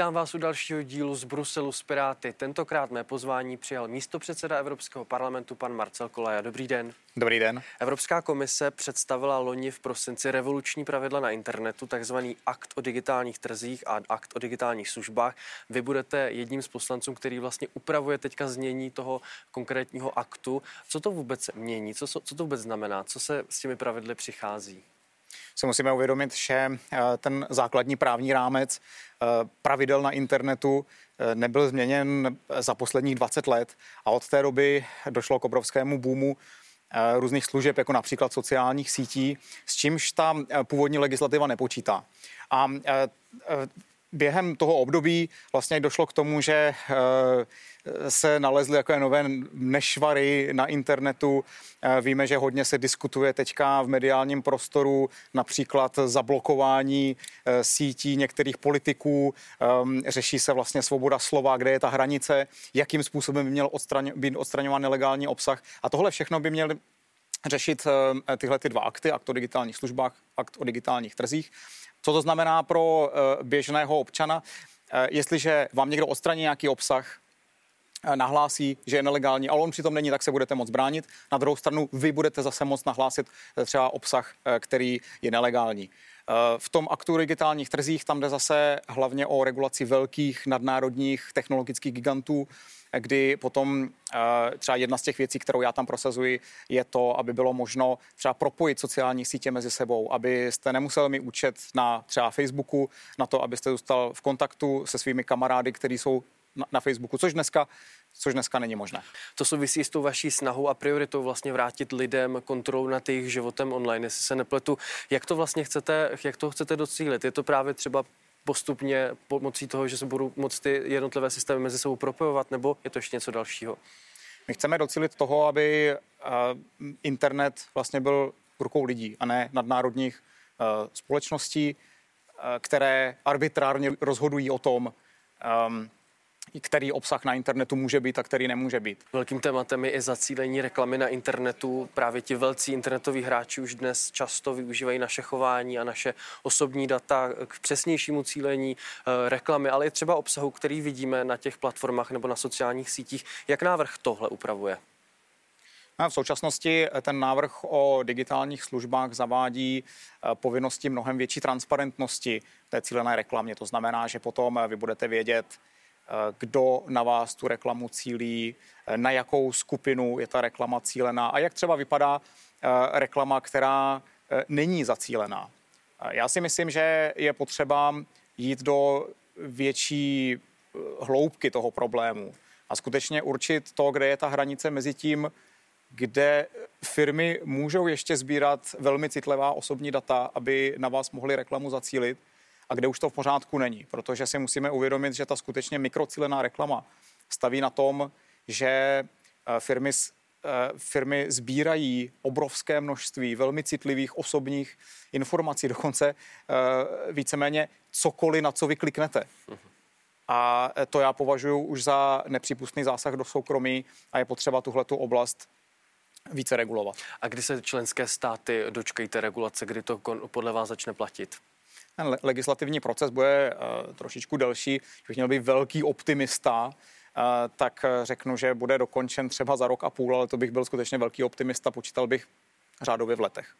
Vítám vás u dalšího dílu z Bruselu s Piráty. Tentokrát mé pozvání přijal místopředseda Evropského parlamentu pan Marcel Kolaja. Dobrý den. Dobrý den. Evropská komise představila loni v prosinci revoluční pravidla na internetu, takzvaný akt o digitálních trzích a akt o digitálních službách. Vy budete jedním z poslanců, který vlastně upravuje teďka znění toho konkrétního aktu. Co to vůbec mění? Co to vůbec znamená? Co se s těmi pravidly přichází? Si musíme uvědomit, že ten základní právní rámec pravidel na internetu nebyl změněn za posledních 20 let a od té doby došlo k obrovskému boomu různých služeb, jako například sociálních sítí, s čímž ta původní legislativa nepočítá. A během toho období vlastně došlo k tomu, že se nalezly takové nové nešvary na internetu. Víme, že hodně se diskutuje teďka v mediálním prostoru, například zablokování sítí některých politiků, řeší se vlastně svoboda slova, kde je ta hranice, jakým způsobem by měl být odstraňován nelegální obsah. A tohle všechno by měly řešit tyhle ty dva akty, akt o digitálních službách, akt o digitálních trzích. Co to znamená pro běžného občana? Jestliže vám někdo odstraní nějaký obsah, nahlásí, že je nelegální, ale on přitom není, tak se budete moct bránit. Na druhou stranu vy budete zase moct nahlásit třeba obsah, který je nelegální. V tom aktu o digitálních trzích tam jde zase hlavně o regulaci velkých nadnárodních technologických gigantů, kdy potom třeba jedna z těch věcí, kterou já tam prosazuji, je to, aby bylo možno třeba propojit sociální sítě mezi sebou, abyste nemuseli mít účet na třeba Facebooku, na to, abyste zůstal v kontaktu se svými kamarády, kteří jsou na Facebooku, což dneska není možné. To souvisí s tou vaší snahou a prioritou vlastně vrátit lidem kontrolu nad jejich životem online, jestli se nepletu. Jak to chcete docílit? Je to právě třeba postupně pomocí toho, že se budou moct ty jednotlivé systémy mezi sebou propojovat, nebo je to ještě něco dalšího? My chceme docílit toho, aby internet vlastně byl v rukou lidí a ne nadnárodních společností, které arbitrárně rozhodují o tom, který obsah na internetu může být a který nemůže být. Velkým tématem je i zacílení reklamy na internetu. Právě ti velcí internetoví hráči už dnes často využívají naše chování a naše osobní data k přesnějšímu cílení reklamy, ale i třeba obsahu, který vidíme na těch platformách nebo na sociálních sítích. Jak návrh tohle upravuje? V současnosti ten návrh o digitálních službách zavádí povinnosti mnohem větší transparentnosti té cílené reklamě. To znamená, že potom vy budete vědět, kdo na vás tu reklamu cílí, na jakou skupinu je ta reklama cílená a jak třeba vypadá reklama, která není zacílená. Já si myslím, že je potřeba jít do větší hloubky toho problému a skutečně určit to, kde je ta hranice mezi tím, kde firmy můžou ještě sbírat velmi citlivá osobní data, aby na vás mohly reklamu zacílit, a kde už to v pořádku není, protože si musíme uvědomit, že ta skutečně mikrocílená reklama staví na tom, že firmy sbírají obrovské množství velmi citlivých osobních informací, dokonce víceméně cokoliv, na co vy kliknete. A to já považuji už za nepřípustný zásah do soukromí a je potřeba tuhletu oblast více regulovat. A kdy se členské státy dočkají té regulace, kdy to podle vás začne platit? Ten legislativní proces bude trošičku delší. Když měl být velký optimista, tak řeknu, že bude dokončen třeba za rok a půl, ale to bych byl skutečně velký optimista, počítal bych řádově v letech.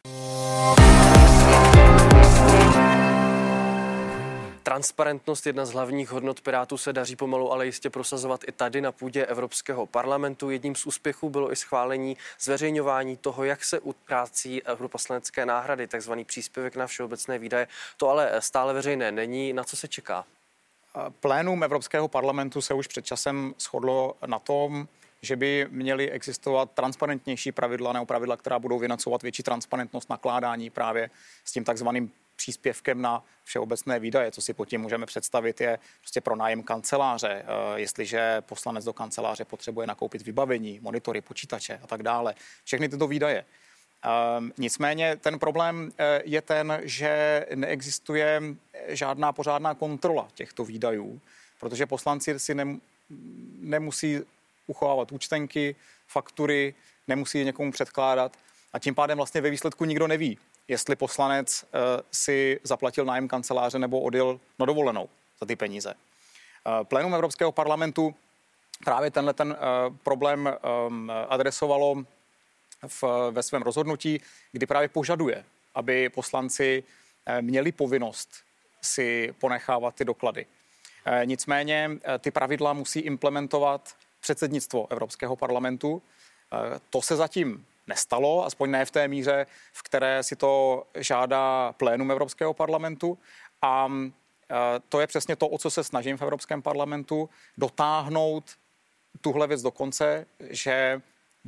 Transparentnost, jedna z hlavních hodnot Pirátů, se daří pomalu, ale jistě prosazovat i tady na půdě Evropského parlamentu. Jedním z úspěchů bylo i schválení zveřejňování toho, jak se utrácí europoslanecké náhrady, takzvaný příspěvek na všeobecné výdaje. To ale stále veřejné není. Na co se čeká? Plénum Evropského parlamentu se už před časem shodlo na tom, že by měly existovat transparentnější pravidla nebo pravidla, která budou vynacovat větší transparentnost nakládání právě s tím takzvaným příspěvkem na všeobecné výdaje. Co si pod tím můžeme představit, je prostě pronájem kanceláře. Jestliže poslanec do kanceláře potřebuje nakoupit vybavení, monitory, počítače a tak dále. Všechny tyto výdaje. Nicméně ten problém je ten, že neexistuje žádná pořádná kontrola těchto výdajů, protože poslanci si nemusí uchovávat účtenky, faktury, nemusí je někomu předkládat a tím pádem vlastně ve výsledku nikdo neví, jestli poslanec si zaplatil nájem kanceláře nebo odjel na dovolenou za ty peníze. Plénum Evropského parlamentu právě tenhle problém adresovalo ve svém rozhodnutí, kdy právě požaduje, aby poslanci měli povinnost si ponechávat ty doklady. Nicméně ty pravidla musí implementovat předsednictvo Evropského parlamentu. To se zatím nestalo, aspoň ne v té míře, v které si to žádá plénum Evropského parlamentu. A to je přesně to, o co se snažím v Evropském parlamentu, dotáhnout tuhle věc do konce, že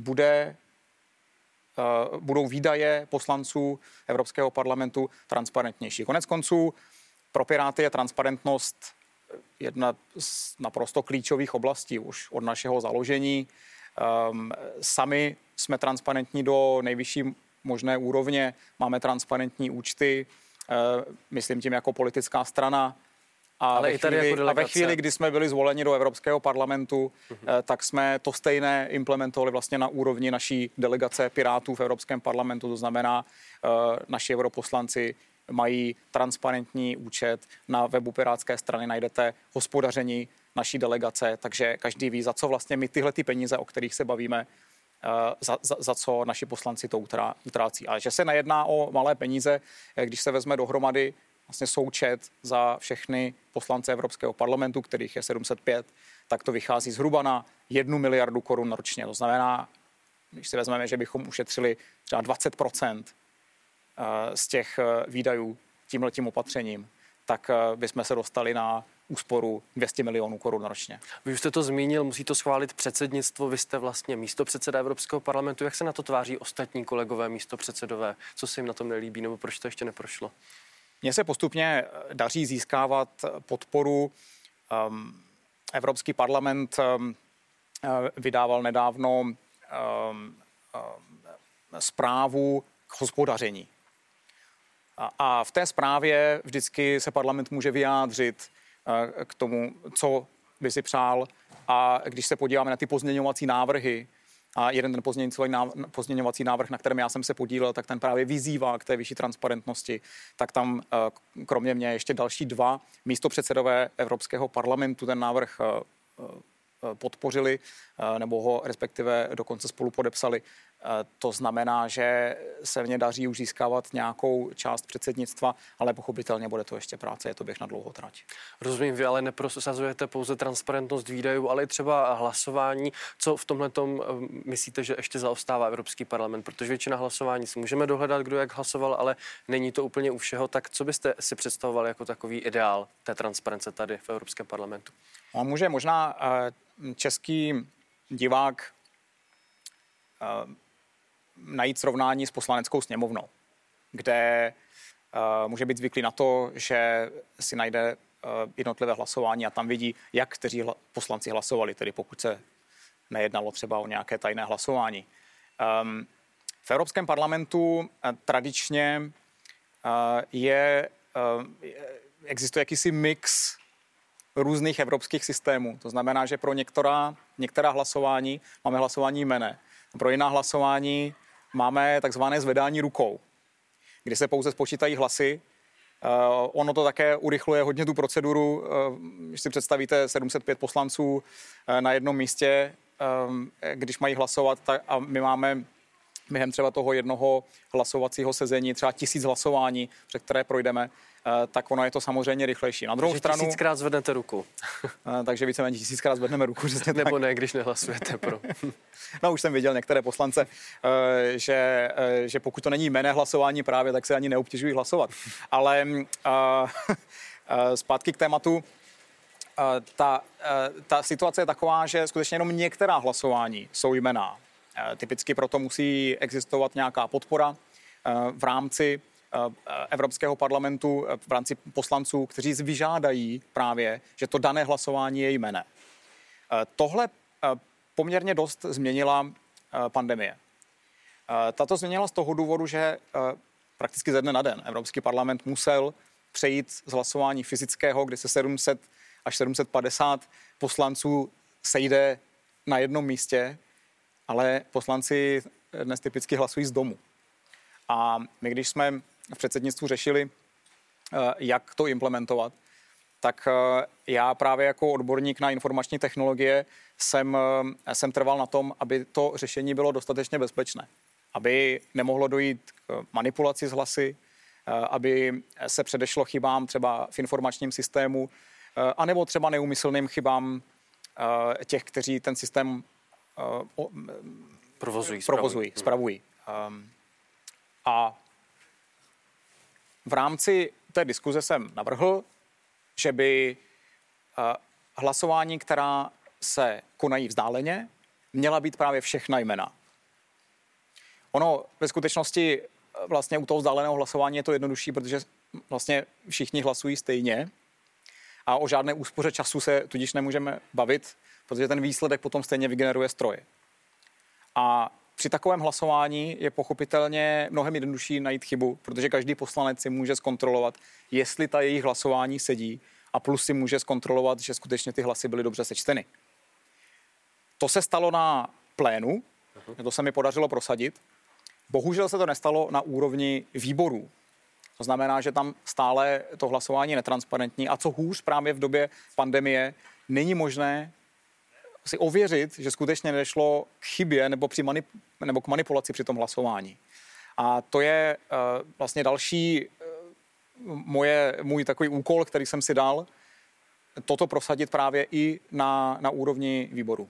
budou výdaje poslanců Evropského parlamentu transparentnější. Konec konců pro Piráty je transparentnost jedna z naprosto klíčových oblastí už od našeho založení. Sami jsme transparentní do nejvyšší možné úrovně, máme transparentní účty, myslím tím jako politická strana. A ve chvíli, kdy jsme byli zvoleni do Evropského parlamentu, tak jsme to stejné implementovali vlastně na úrovni naší delegace Pirátů v Evropském parlamentu. To znamená, naši europoslanci mají transparentní účet. Na webu Pirátské strany najdete hospodaření naší delegace, takže každý ví, za co vlastně my tyhle ty peníze, o kterých se bavíme, za co naši poslanci to utrácí. Ale že se nejedná o malé peníze, když se vezme dohromady vlastně součet za všechny poslance Evropského parlamentu, kterých je 705, tak to vychází zhruba na 1 miliardu korun ročně. To znamená, když si vezmeme, že bychom ušetřili třeba 20% z těch výdajů tímhletím opatřením, tak bychom se dostali na úsporu 200 milionů korun ročně. Vy už jste to zmínil, musí to schválit předsednictvo, vy jste vlastně místopředseda Evropského parlamentu. Jak se na to tváří ostatní kolegové místopředsedové? Co se jim na tom nelíbí, nebo proč to ještě neprošlo? Mně se postupně daří získávat podporu. Evropský parlament vydával nedávno zprávu k hospodaření. A v té zprávě vždycky se parlament může vyjádřit k tomu, co by si přál. A když se podíváme na ty pozměňovací návrhy, a jeden ten pozměňovací návrh, na kterém já jsem se podílel, tak ten právě vyzývá k té vyšší transparentnosti. Tak tam kromě mě ještě další 2 místopředsedové Evropského parlamentu ten návrh podpořili, nebo ho respektive dokonce spolu podepsali. To znamená, že se mně daří už získávat nějakou část předsednictva, ale pochopitelně bude to ještě práce, je to běh na dlouhou trať. Rozumím, vy ale neprosazujete pouze transparentnost výdajů, ale i třeba hlasování. Co v tomhletom myslíte, že ještě zaostává Evropský parlament? Protože většina hlasování si můžeme dohledat, kdo jak hlasoval, ale není to úplně u všeho. Tak co byste si představovali jako takový ideál té transparence tady v Evropském parlamentu? On může možná český divák najít srovnání s poslaneckou sněmovnou, kde může být zvyklý na to, že si najde jednotlivé hlasování a tam vidí, jak kteří poslanci hlasovali, tedy pokud se nejednalo třeba o nějaké tajné hlasování. V Evropském parlamentu tradičně existuje jakýsi mix různých evropských systémů. To znamená, že pro některá hlasování máme hlasování jmenné. Pro jiná hlasování máme takzvané zvedání rukou, kdy se pouze spočítají hlasy. Ono to také urychluje hodně tu proceduru. Když si představíte 705 poslanců na jednom místě, když mají hlasovat, a my máme během třeba toho jednoho hlasovacího sezení třeba 1000 hlasování, před které projdeme, tak ono je to samozřejmě rychlejší. Na druhou stranu 1000krát zvednete ruku. Takže víceméně 1000krát zvedneme ruku. Nebo tak. Ne, když nehlasujete pro. No, už jsem viděl některé poslance, že pokud to není jmenné hlasování právě, tak se ani neobtěžují hlasovat. Ale zpátky k tématu. Ta situace je taková, že skutečně jenom některá hlasování jsou jmenná. Typicky proto musí existovat nějaká podpora v rámci Evropského parlamentu, v rámci poslanců, kteří vyžádají právě, že to dané hlasování je jmenné. Tohle poměrně dost změnila pandemie. Tato změnila z toho důvodu, že prakticky ze dne na den Evropský parlament musel přejít z hlasování fyzického, kde se 700 až 750 poslanců sejde na jednom místě, ale poslanci dnes typicky hlasují z domu. A my, když jsme v předsednictvu řešili, jak to implementovat, tak já právě jako odborník na informační technologie jsem trval na tom, aby to řešení bylo dostatečně bezpečné. Aby nemohlo dojít k manipulaci s hlasy, aby se předešlo chybám třeba v informačním systému, anebo třeba neúmyslným chybám těch, kteří ten systém spravují. A v rámci té diskuze jsem navrhl, že by hlasování, která se konají vzdáleně, měla být právě všechna jména. Ono ve skutečnosti vlastně u toho vzdáleného hlasování je to jednodušší, protože vlastně všichni hlasují stejně a o žádné úspoře času se tudíž nemůžeme bavit, protože ten výsledek potom stejně vygeneruje stroj. A při takovém hlasování je pochopitelně mnohem jednodušší najít chybu, protože každý poslanec si může zkontrolovat, jestli ta jejich hlasování sedí, a plus si může zkontrolovat, že skutečně ty hlasy byly dobře sečteny. To se stalo na plénu, to se mi podařilo prosadit. Bohužel se to nestalo na úrovni výborů. To znamená, že tam stále to hlasování je netransparentní a co hůř právě v době pandemie není možné si ověřit, že skutečně nešlo k chybě nebo k manipulaci při tom hlasování. A to je vlastně další můj takový úkol, který jsem si dal, toto prosadit právě i na úrovni výboru.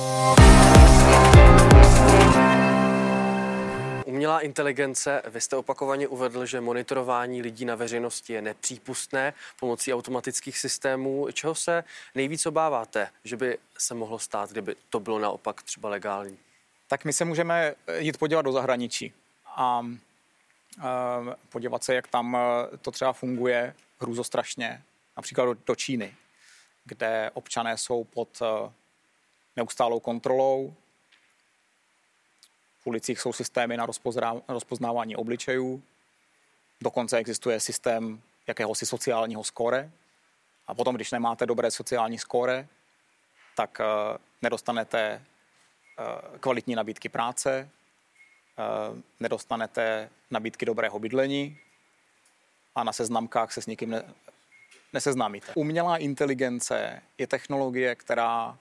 Umělá inteligence, vy jste opakovaně uvedl, že monitorování lidí na veřejnosti je nepřípustné pomocí automatických systémů. Čeho se nejvíc obáváte, že by se mohlo stát, kdyby to bylo naopak třeba legální? Tak my se můžeme jít podívat do zahraničí a podívat se, jak tam to třeba funguje hrůzostrašně, například do Číny, kde občané jsou pod neustálou kontrolou. V ulicích jsou systémy na rozpoznávání obličejů. Dokonce existuje systém jakéhosi sociálního skóre. A potom, když nemáte dobré sociální skóre, tak nedostanete kvalitní nabídky práce, nedostanete nabídky dobrého bydlení a na seznamkách se s nikým neseznámíte. Umělá inteligence je technologie, která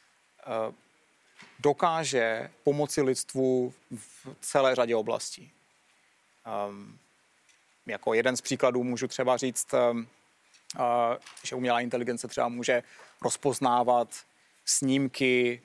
dokáže pomoci lidstvu v celé řadě oblastí. Jako jeden z příkladů můžu třeba říct, že umělá inteligence třeba může rozpoznávat snímky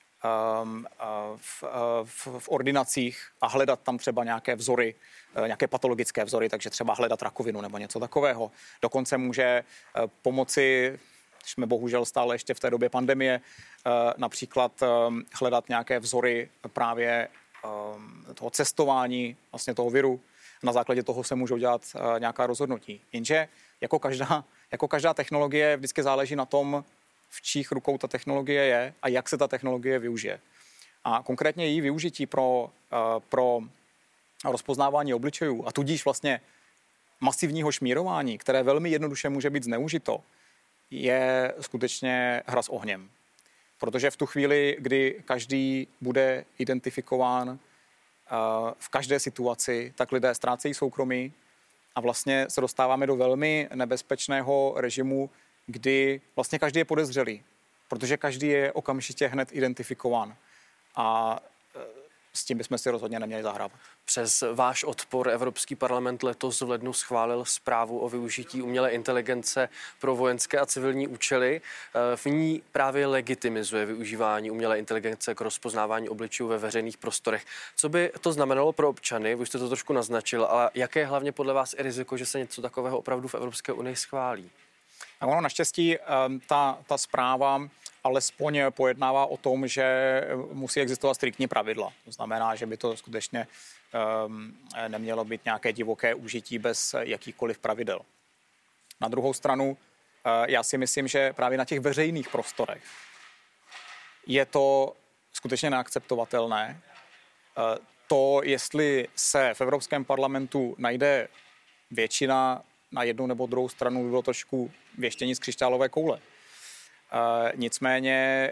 v ordinacích a hledat tam třeba nějaké vzory, nějaké patologické vzory, takže třeba hledat rakovinu nebo něco takového. Dokonce může pomoci, jsme bohužel stále ještě v té době pandemie, například hledat nějaké vzory právě toho cestování, vlastně toho viru. Na základě toho se můžou dělat nějaká rozhodnutí. Jenže jako každá technologie vždycky záleží na tom, v čích rukou ta technologie je a jak se ta technologie využije. A konkrétně její využití pro rozpoznávání obličejů a tudíž vlastně masivního šmírování, které velmi jednoduše může být zneužito, je skutečně hra s ohněm. Protože v tu chvíli, kdy každý bude identifikován v každé situaci, tak lidé ztrácejí soukromí a vlastně se dostáváme do velmi nebezpečného režimu, kdy vlastně každý je podezřelý, protože každý je okamžitě hned identifikován. A s tím bychom si rozhodně neměli zahrávat. Přes váš odpor Evropský parlament letos v lednu schválil zprávu o využití umělé inteligence pro vojenské a civilní účely. V ní právě legitimizuje využívání umělé inteligence k rozpoznávání obličejů ve veřejných prostorech. Co by to znamenalo pro občany? Vy jste to trošku naznačil, ale jaké je hlavně podle vás i riziko, že se něco takového opravdu v Evropské unii schválí? A ono naštěstí ta zpráva alespoň pojednává o tom, že musí existovat striktní pravidla. To znamená, že by to skutečně nemělo být nějaké divoké užití bez jakýchkoliv pravidel. Na druhou stranu, já si myslím, že právě na těch veřejných prostorech je to skutečně neakceptovatelné. To, jestli se v Evropském parlamentu najde většina na jednu nebo druhou stranu, by bylo trošku věštění z křišťálové koule. Nicméně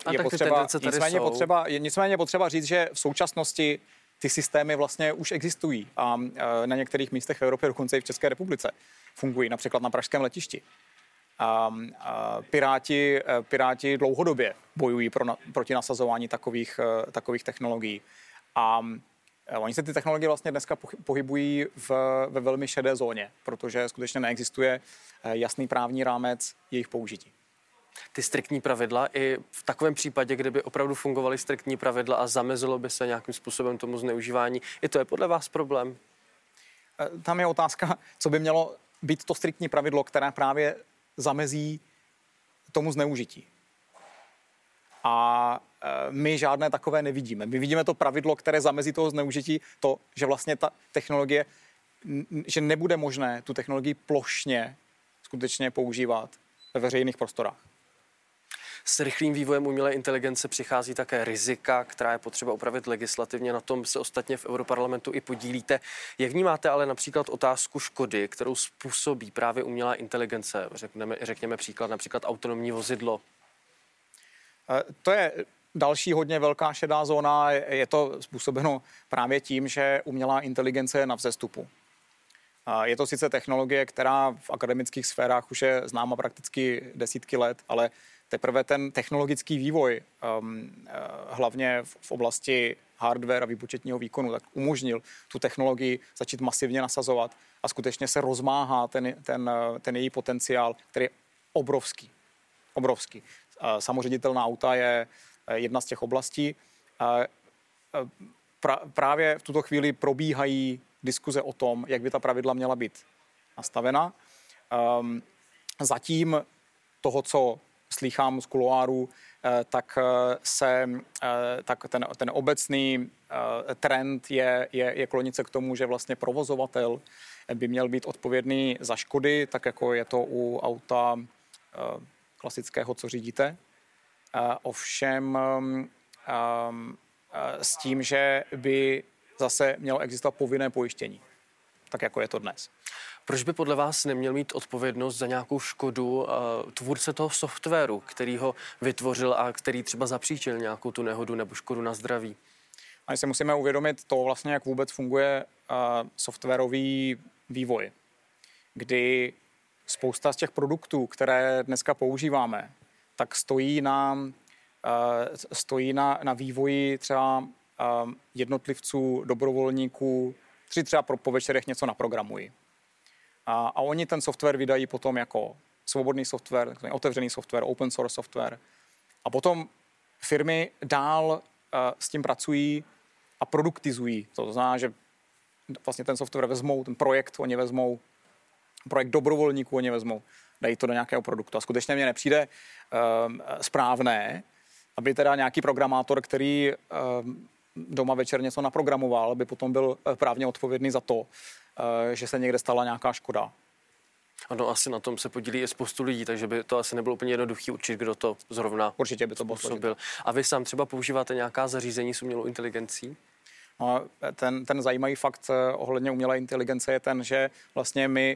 je potřeba říct, že v současnosti ty systémy vlastně už existují a na některých místech v Evropě, dokonce i v České republice, fungují, například na pražském letišti. Piráti dlouhodobě bojují proti nasazování takových technologií. A oni se ty technologie vlastně dneska pohybují ve velmi šedé zóně, protože skutečně neexistuje jasný právní rámec jejich použití. Ty striktní pravidla i v takovém případě, kdyby opravdu fungovaly striktní pravidla a zamezilo by se nějakým způsobem tomu zneužívání, i to je podle vás problém? Tam je otázka, co by mělo být to striktní pravidlo, které právě zamezí tomu zneužití. A my žádné takové nevidíme. My vidíme to pravidlo, které zamezí toho zneužití, to, že vlastně ta technologie, že nebude možné tu technologii plošně skutečně používat ve veřejných prostorách. S rychlým vývojem umělé inteligence přichází také rizika, která je potřeba upravit legislativně. Na tom se ostatně v Europarlamentu i podílíte. Jak vnímáte ale například otázku škody, kterou způsobí právě umělá inteligence? Řekněme příklad, například autonomní vozidlo. To je další hodně velká šedá zóna. Je to způsobeno právě tím, že umělá inteligence je na vzestupu. Je to sice technologie, která v akademických sférách už je známa prakticky desítky let, ale teprve ten technologický vývoj, hlavně v oblasti hardware a výpočetního výkonu, tak umožnil tu technologii začít masivně nasazovat a skutečně se rozmáhá ten její potenciál, který je obrovský. Obrovský. Samoředitelná auta je jedna z těch oblastí. Právě v tuto chvíli probíhají diskuze o tom, jak by ta pravidla měla být nastavena. Zatím toho, co slýchám z kuloárů, tak ten obecný trend je klonit se k tomu, že vlastně provozovatel by měl být odpovědný za škody, tak jako je to u auta klasického, co řídíte. Ovšem s tím, že by zase mělo existovat povinné pojištění, tak jako je to dnes. Proč by podle vás neměl mít odpovědnost za nějakou škodu tvůrce toho softwaru, který ho vytvořil a který třeba zapříčinil nějakou tu nehodu nebo škodu na zdraví? A si musíme uvědomit to vlastně, jak vůbec funguje softwarový vývoj, kdy spousta z těch produktů, které dneska používáme, tak stojí na vývoji třeba jednotlivců, dobrovolníků, kteří třeba po večerech něco naprogramují. A oni ten software vydají potom jako svobodný software, otevřený software, open source software. A potom firmy dál s tím pracují a produktizují. To znamená, že vlastně ten software vezmou, ten projekt oni vezmou, projekt dobrovolníků oni vezmou, dají to do nějakého produktu. A skutečně mně nepřijde správné, aby teda nějaký programátor, který doma večer něco naprogramoval, by potom byl právně odpovědný za to, že se někde stala nějaká škoda. Ano, asi na tom se podílí i spoustu lidí, takže by to asi nebylo úplně jednoduchý určit, kdo to zrovna určitě by to způsobil. A vy sám třeba používáte nějaká zařízení s umělou inteligencí? No, ten zajímavý fakt ohledně umělé inteligence je ten, že vlastně my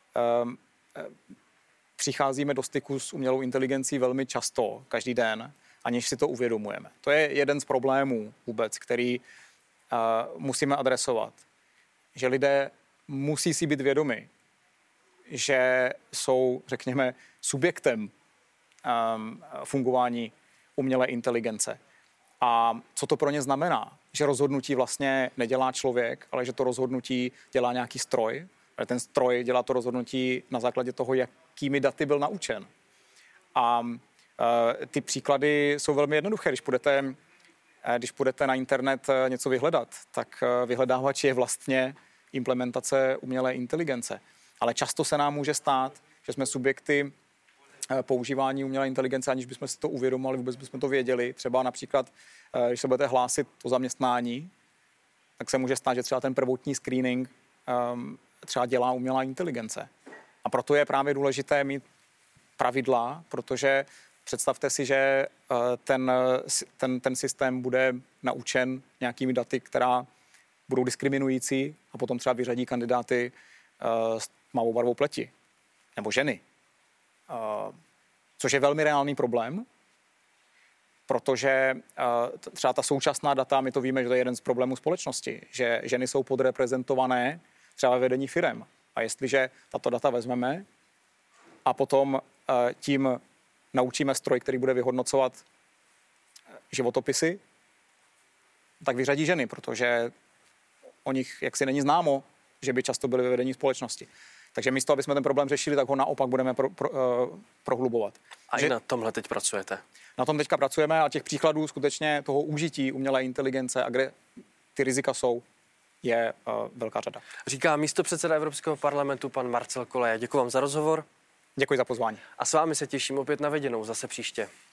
přicházíme do styku s umělou inteligencí velmi často, každý den, aniž si to uvědomujeme. To je jeden z problémů vůbec, který musíme adresovat. Že lidé musí si být vědomi, že jsou, řekněme, subjektem fungování umělé inteligence. A co to pro ně znamená? Že rozhodnutí vlastně nedělá člověk, ale že to rozhodnutí dělá nějaký stroj. Ale ten stroj dělá to rozhodnutí na základě toho, jakými daty byl naučen. A ty příklady jsou velmi jednoduché. Když půjdete na internet něco vyhledat, tak vyhledávač je vlastně implementace umělé inteligence. Ale často se nám může stát, že jsme subjekty používání umělé inteligence, aniž bychom si to uvědomili, vůbec bychom to věděli. Třeba například, když se budete hlásit o zaměstnání, tak se může stát, že třeba ten prvotní screening třeba dělá umělá inteligence. A proto je právě důležité mít pravidla, protože představte si, že ten systém bude naučen nějakými daty, která budou diskriminující a potom třeba vyřadí kandidáty s tmavou barvou pleti nebo ženy. Což je velmi reálný problém, protože třeba ta současná data, my to víme, že to je jeden z problémů společnosti, že ženy jsou podreprezentované třeba ve vedení firem. A jestliže tato data vezmeme a potom tím naučíme stroj, který bude vyhodnocovat životopisy, tak vyřadí ženy, protože o nich jaksi není známo, že by často byly ve vedení společnosti. Takže místo, aby jsme ten problém řešili, tak ho naopak budeme prohlubovat. A i na tomhle teď pracujete? Na tom teďka pracujeme a těch příkladů skutečně toho užití umělé inteligence a kde ty rizika jsou, je velká řada. Říká místopředseda Evropského parlamentu pan Marcel Koleje. Děkuji vám za rozhovor. Děkuji za pozvání. A s vámi se těším opět na viděnou zase příště.